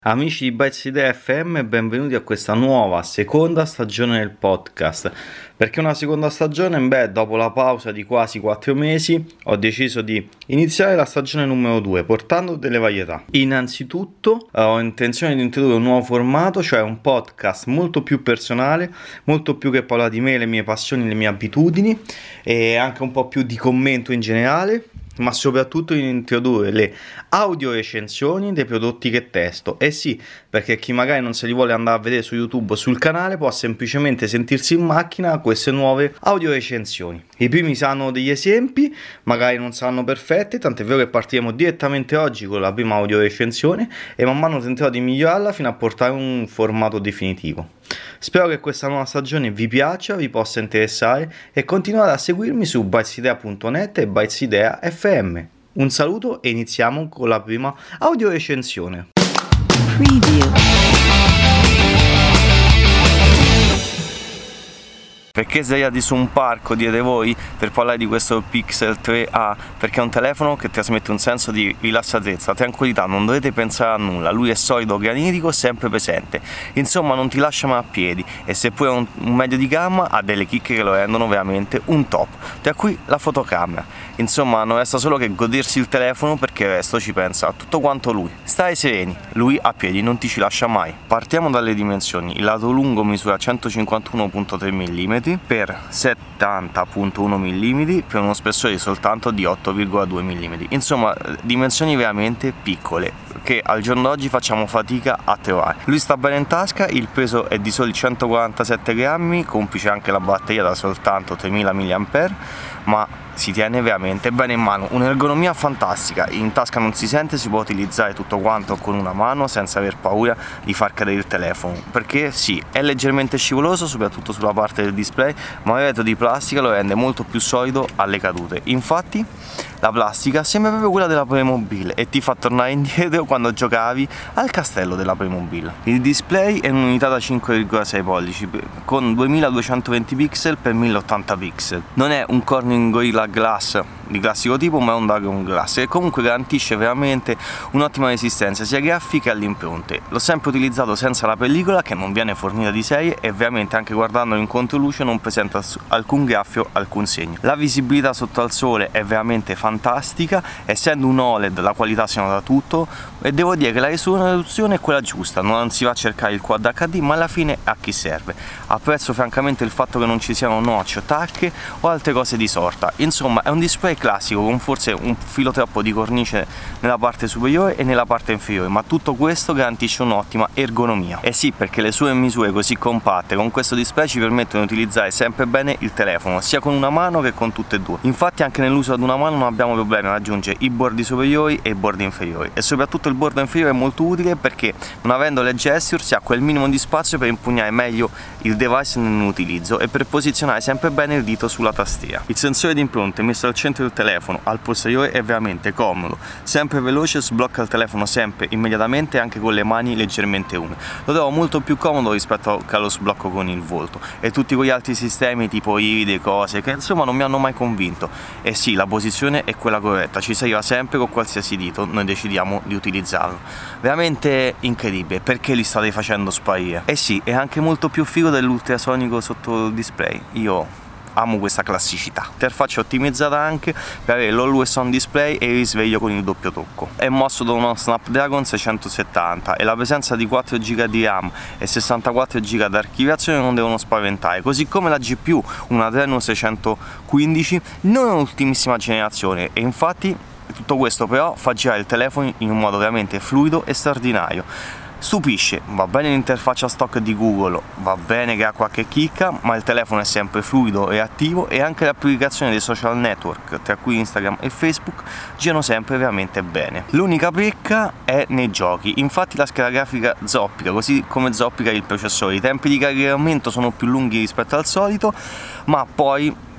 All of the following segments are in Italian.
Amici di Bytes Idea FM, benvenuti a questa nuova seconda stagione del podcast. Perché una seconda stagione? Dopo la pausa di quasi 4 mesi ho deciso di iniziare la stagione numero 2 portando delle varietà. Innanzitutto ho intenzione di introdurre un nuovo formato, cioè un podcast molto più personale, molto più che parla di me, le mie passioni, le mie abitudini e anche un po' più di commento in generale, ma soprattutto di introdurre le audio recensioni dei prodotti che testo. Sì, perché chi magari non se li vuole andare a vedere su YouTube o sul canale può semplicemente sentirsi in macchina queste nuove audio recensioni. I primi saranno degli esempi, magari non saranno perfetti, tant'è vero che partiremo direttamente oggi con la prima audio recensione e man mano tenterò di migliorarla fino a portare un formato definitivo. Spero che questa nuova stagione vi piaccia, vi possa interessare e continuate a seguirmi su bytesidea.net e Bytesidea FM. Un saluto e iniziamo con la prima audio recensione. Preview. Perché sdraiati su un parco, direte voi, per parlare di questo Pixel 3a? Perché è un telefono che trasmette un senso di rilassatezza, tranquillità, non dovete pensare a nulla, lui è solido, granitico, sempre presente, insomma non ti lascia mai a piedi e seppure è un medio di gamma ha delle chicche che lo rendono veramente un top, tra cui la fotocamera. Insomma non resta solo che godersi il telefono perché il resto ci pensa a tutto quanto lui. Stai sereni, lui a piedi non ti ci lascia mai. Partiamo dalle dimensioni, il lato lungo misura 151.3 mm per 70.1 mm per uno spessore soltanto di 8,2 mm. Insomma dimensioni veramente piccole che al giorno d'oggi facciamo fatica a trovare. Lui sta bene in tasca, il peso è di soli 147 grammi, complice anche la batteria da soltanto 3000 mAh, ma si tiene veramente bene in mano, un'ergonomia fantastica, in tasca non si sente, si può utilizzare tutto quanto con una mano senza aver paura di far cadere il telefono, perché sì, è leggermente scivoloso soprattutto sulla parte del display, ma il retro di plastica lo rende molto più solido alle cadute. Infatti la plastica sembra proprio quella della Playmobil e ti fa tornare indietro quando giocavi al castello della Playmobil. Il display è un'unità da 5,6 pollici con 2220 pixel per 1080 pixel. Non è un Corning Gorilla Glass di classico tipo, ma è un Dragon Glass che comunque garantisce veramente un'ottima resistenza sia ai graffi che alle impronte. L'ho sempre utilizzato senza la pellicola che non viene fornita di serie e veramente anche guardandolo in controluce non presenta alcun graffio, alcun segno. La visibilità sotto al sole è veramente fantastica, essendo un OLED la qualità si nota tutto e devo dire che la risoluzione è quella giusta, non si va a cercare il Quad HD ma alla fine a chi serve. Apprezzo francamente il fatto che non ci siano notch, tacche o altre cose di sorta. Insomma è un display classico con forse un filo troppo di cornice nella parte superiore e nella parte inferiore, ma tutto questo garantisce un'ottima ergonomia. E sì, perché le sue misure così compatte con questo display ci permettono di utilizzare sempre bene il telefono sia con una mano che con tutte e due. Infatti anche nell'uso ad una mano non abbiamo problemi a raggiungere i bordi superiori e i bordi inferiori e soprattutto il bordo inferiore è molto utile perché non avendo le gesture si ha quel minimo di spazio per impugnare meglio il device nell'utilizzo e per posizionare sempre bene il dito sulla tastiera. Il sensore di impronte messo al centro del telefono al posteriore è veramente comodo, sempre veloce, sblocca il telefono sempre immediatamente anche con le mani leggermente umide. Lo trovo molto più comodo rispetto allo sblocco con il volto e tutti quegli altri sistemi tipo iride, cose che insomma non mi hanno mai convinto. E sì, la posizione è quella corretta, ci si arriva sempre con qualsiasi dito noi decidiamo di utilizzarlo. Veramente incredibile, perché li state facendo sparire? E sì, è anche molto più figo dell'ultrasonico sotto il display. Io amo questa classicità. Interfaccia ottimizzata anche per avere l'Always On Display e il risveglio con il doppio tocco. È mosso da uno Snapdragon 670 e la presenza di 4 GB di RAM e 64 GB di archiviazione non devono spaventare, così come la GPU, una Adreno 615, non è un'ultimissima generazione e infatti tutto questo però fa girare il telefono in un modo veramente fluido e straordinario. Stupisce, va bene l'interfaccia stock di Google, va bene che ha qualche chicca, ma il telefono è sempre fluido e attivo e anche le applicazioni dei social network, tra cui Instagram e Facebook, girano sempre veramente bene. L'unica pecca è nei giochi, infatti la scheda grafica zoppica, così come zoppica il processore, i tempi di caricamento sono più lunghi rispetto al solito, ma poi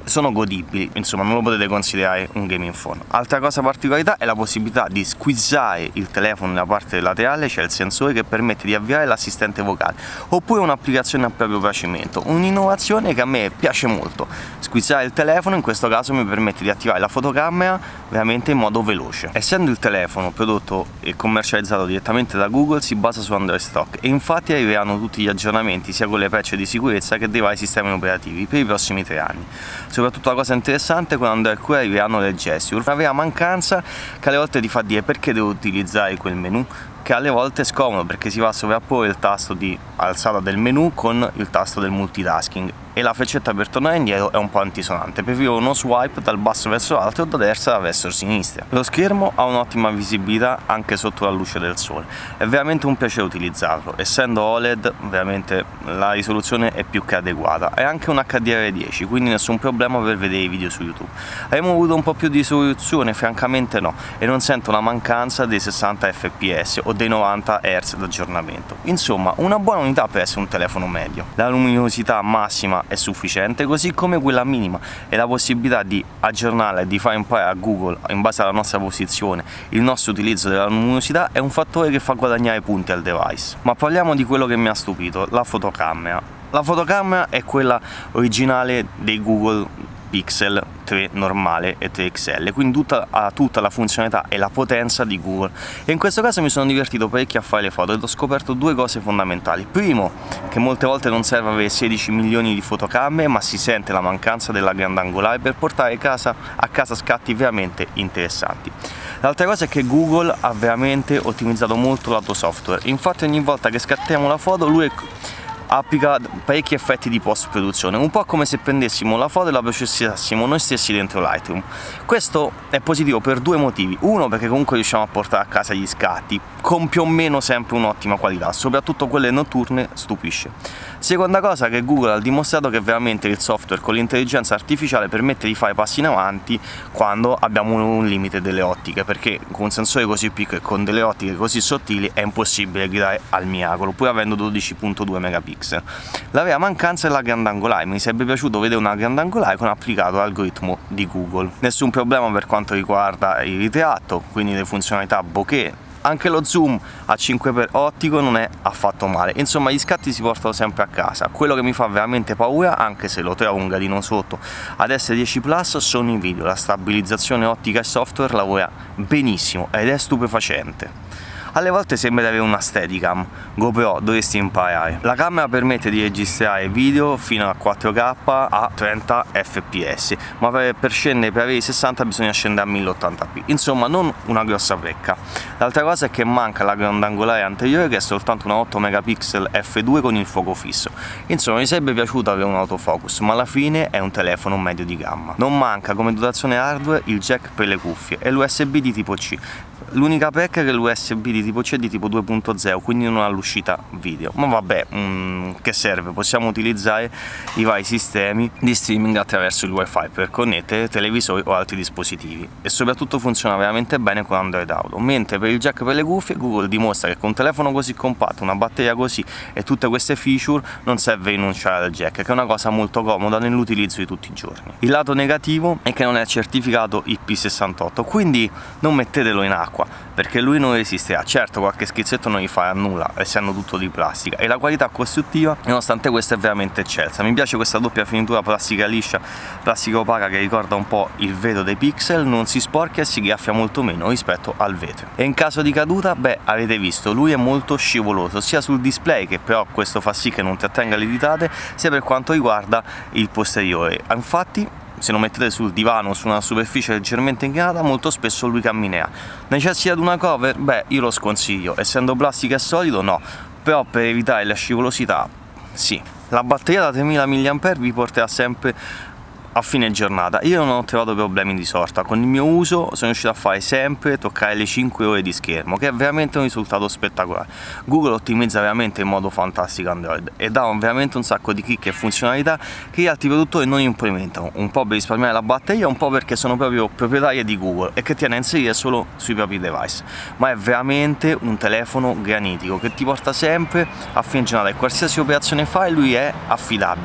sono godibili, insomma non lo potete considerare un gaming phone. Altra cosa particolarità è la possibilità di squeezare il telefono nella parte laterale, c'è il sensore che permette di avviare l'assistente vocale, oppure un'applicazione a proprio piacimento, un'innovazione che a me piace molto. Squeezare il telefono in questo caso mi permette di attivare la fotocamera veramente in modo veloce. Essendo il telefono prodotto e commercializzato direttamente da Google, si basa su Android Stock e infatti arriveranno tutti gli aggiornamenti sia con le patch di sicurezza che dei vari sistemi operativi per i prossimi 3 anni. Soprattutto la cosa interessante, con Android Q arriveranno le gesture, una vera mancanza che alle volte ti fa dire perché devo utilizzare quel menu, che alle volte è scomodo perché si va a sovrapporre il tasto di alzata del menu con il tasto del multitasking e la freccetta per tornare indietro è un po' antisonante. Preferivo uno swipe dal basso verso l'alto o da destra verso sinistra. Lo schermo ha un'ottima visibilità anche sotto la luce del sole, è veramente un piacere utilizzarlo, essendo OLED veramente la risoluzione è più che adeguata, è anche un HDR10 quindi nessun problema per vedere i video su YouTube. Avremmo avuto un po' più di risoluzione? Francamente no, e non sento la mancanza dei 60 fps o dei 90 Hz d'aggiornamento. Insomma, una buona unità per essere un telefono medio. La luminosità massima è sufficiente, così come quella minima, e la possibilità di aggiornarla e di fare imparare a Google in base alla nostra posizione il nostro utilizzo della luminosità è un fattore che fa guadagnare punti al device. Ma parliamo di quello che mi ha stupito, la fotocamera. La fotocamera è quella originale dei Google Pixel 3 normale e 3 XL, quindi ha tutta la funzionalità e la potenza di Google, e in questo caso mi sono divertito parecchio a fare le foto ed ho scoperto 2 cose fondamentali. Primo, che molte volte non serve avere 16 milioni di fotocamere, ma si sente la mancanza della grandangolare per portare a casa scatti veramente interessanti. L'altra cosa è che Google ha veramente ottimizzato molto il lato software, infatti ogni volta che scattiamo la foto lui applica parecchi effetti di post produzione, un po' come se prendessimo la foto e la processassimo noi stessi dentro Lightroom. Questo è positivo per 2 motivi: uno, perché comunque riusciamo a portare a casa gli scatti con più o meno sempre un'ottima qualità, soprattutto quelle notturne stupisce. Seconda cosa, che Google ha dimostrato che veramente il software con l'intelligenza artificiale permette di fare passi in avanti quando abbiamo un limite delle ottiche, perché con un sensore così piccolo e con delle ottiche così sottili è impossibile gridare al miracolo, pur avendo 12.2 megapixel. La vera mancanza è la grandangolare, mi sarebbe piaciuto vedere una grandangolare con applicato l'algoritmo di Google. Nessun problema per quanto riguarda il ritratto, quindi le funzionalità bokeh. Anche lo zoom a 5x ottico non è affatto male, insomma gli scatti si portano sempre a casa. Quello che mi fa veramente paura, anche se lo trovo un gradino sotto ad S10 Plus, sono i video. La stabilizzazione ottica e software lavora benissimo ed è stupefacente. Alle volte sembra di avere una Steadicam, GoPro, dovresti imparare. La camera permette di registrare video fino a 4K a 30 fps, ma per scendere, per avere i 60 bisogna scendere a 1080p, insomma non una grossa pecca. L'altra cosa è che manca la grandangolare anteriore, che è soltanto una 8 megapixel f2 con il fuoco fisso. Insomma mi sarebbe piaciuto avere un autofocus, ma alla fine è un telefono medio di gamma. Non manca come dotazione hardware il jack per le cuffie e l'USB di tipo C. L'unica pecca è che l'USB di tipo C è di tipo 2.0, quindi non ha l'uscita video, ma vabbè, che serve? Possiamo utilizzare i vari sistemi di streaming attraverso il wifi per connettere televisori o altri dispositivi, e soprattutto funziona veramente bene con Android Auto. Mentre per il jack per le cuffie Google dimostra che con un telefono così compatto, una batteria così e tutte queste feature non serve rinunciare al jack, che è una cosa molto comoda nell'utilizzo di tutti i giorni. Il lato negativo è che non è certificato IP68, quindi non mettetelo in acqua, perché lui non resisterà. Certo, qualche schizzetto non gli farà nulla, essendo tutto di plastica, e la qualità costruttiva nonostante questo è veramente eccelsa. Mi piace questa doppia finitura plastica liscia, plastica opaca, che ricorda un po' il vetro dei Pixel, non si sporca e si graffia molto meno rispetto al vetro. E in caso di caduta, beh, avete visto, lui è molto scivoloso sia sul display, che però questo fa sì che non trattenga le ditate, sia per quanto riguarda il posteriore. Infatti se lo mettete sul divano o su una superficie leggermente inclinata, molto spesso lui camminerà. Necessita di una cover? Beh, io lo sconsiglio, essendo plastica e solido no, però per evitare la scivolosità sì. La batteria da 3000 mAh vi porterà sempre a fine giornata. Io non ho trovato problemi di sorta, con il mio uso sono riuscito a fare sempre toccare le 5 ore di schermo, che è veramente un risultato spettacolare. Google ottimizza veramente in modo fantastico Android e dà veramente un sacco di chicche e funzionalità che gli altri produttori non implementano, un po' per risparmiare la batteria, un po' perché sono proprio proprietarie di Google e che tiene a inserire solo sui propri device. Ma è veramente un telefono granitico che ti porta sempre a fine giornata, e qualsiasi operazione fai lui è affidabile.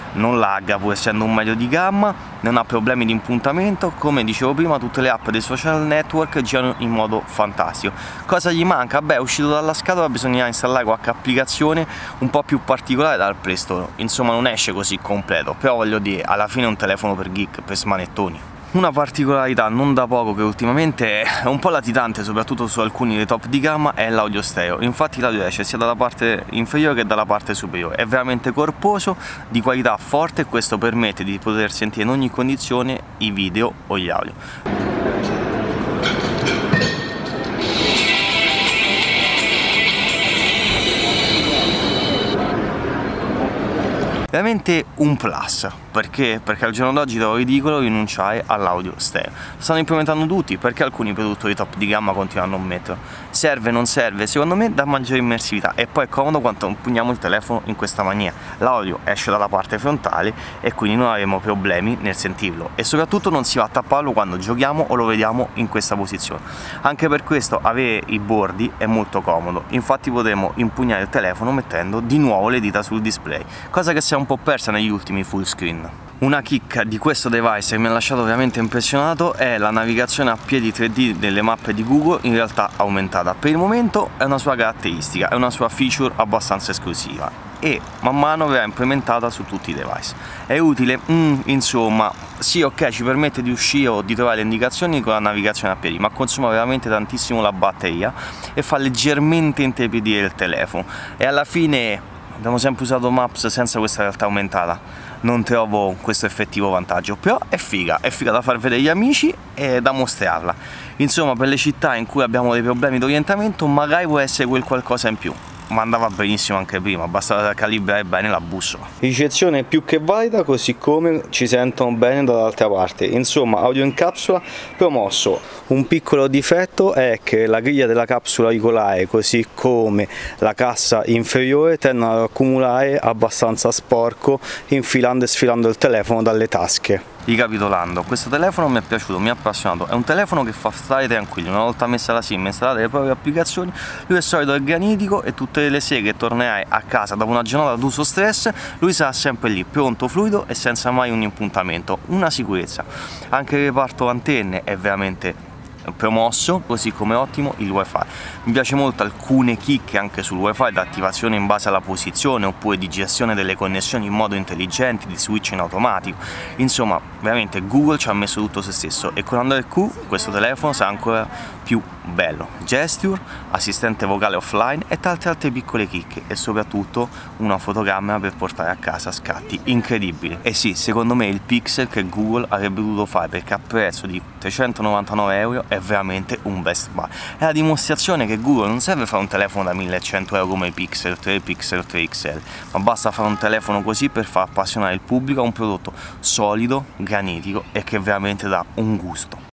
non lagga pur essendo un medio di gamma, non ha problemi di impuntamento, come dicevo prima tutte le app dei social network girano in modo fantastico. Cosa gli manca? Beh, uscito dalla scatola bisogna installare qualche applicazione un po' più particolare dal Play Store, insomma non esce così completo, però voglio dire, alla fine è un telefono per geek, per smanettoni. Una particolarità non da poco che ultimamente è un po' latitante, soprattutto su alcuni dei top di gamma, è l'audio stereo. Infatti l'audio esce sia dalla parte inferiore che dalla parte superiore, è veramente corposo, di qualità forte, e questo permette di poter sentire in ogni condizione i video o gli audio. Veramente un plus, perché al giorno d'oggi trovo ridicolo rinunciare all'audio stereo. Lo stanno implementando tutti, perché alcuni produttori top di gamma continuano a non metterlo. Serve, non serve? Secondo me dà maggiore immersività, e poi è comodo quando impugniamo il telefono in questa maniera. L'audio esce dalla parte frontale e quindi non avremo problemi nel sentirlo, e soprattutto non si va a tapparlo quando giochiamo o lo vediamo in questa posizione. Anche per questo avere i bordi è molto comodo, infatti potremo impugnare il telefono mettendo di nuovo le dita sul display, cosa che si è un po' persa negli ultimi full screen. Una chicca di questo device che mi ha lasciato veramente impressionato è la navigazione a piedi 3D delle mappe di Google, in realtà aumentata. Per il momento è una sua caratteristica, è una sua feature abbastanza esclusiva e man mano verrà implementata su tutti i device. È utile? Insomma, sì, ok, ci permette di uscire o di trovare le indicazioni con la navigazione a piedi, ma consuma veramente tantissimo la batteria e fa leggermente intiepidire il telefono, e alla fine abbiamo sempre usato Maps senza questa realtà aumentata, non trovo questo effettivo vantaggio, però è figa da far vedere agli amici e da mostrarla. Insomma, per le città in cui abbiamo dei problemi di orientamento magari può essere quel qualcosa in più, ma andava benissimo anche prima, basta calibrare bene la bussola. Ricezione più che valida, così come ci sentono bene dall'altra parte. Insomma, audio in capsula promosso. Un piccolo difetto è che la griglia della capsula auricolare, così come la cassa inferiore, tendono ad accumulare abbastanza sporco infilando e sfilando il telefono dalle tasche. Ricapitolando, questo telefono mi è piaciuto, mi ha appassionato, è un telefono che fa stare tranquilli, una volta messa la SIM, installate le proprie applicazioni, lui è solito, è granitico, e tutte le sere che tornerai a casa dopo una giornata d'uso stress, lui sarà sempre lì, pronto, fluido e senza mai un impuntamento, una sicurezza. Anche il reparto antenne è veramente promosso, così come ottimo il wifi. Mi piace molto alcune chicche anche sul wifi, da attivazione in base alla posizione oppure di gestione delle connessioni in modo intelligente, di switch in automatico. Insomma, veramente Google ci ha messo tutto se stesso, e con Android Q questo telefono sarà ancora più bello. Gesture, assistente vocale offline e tante altre piccole chicche, e soprattutto una fotocamera per portare a casa scatti incredibili. E sì, secondo me il pixel che Google avrebbe dovuto fare, perché a prezzo di 399 euro è veramente un best buy. È la dimostrazione che Google non serve fare un telefono da 1100 euro come il Pixel 3 e il Pixel 3 XL, ma basta fare un telefono così per far appassionare il pubblico a un prodotto solido, granitico e che veramente dà un gusto.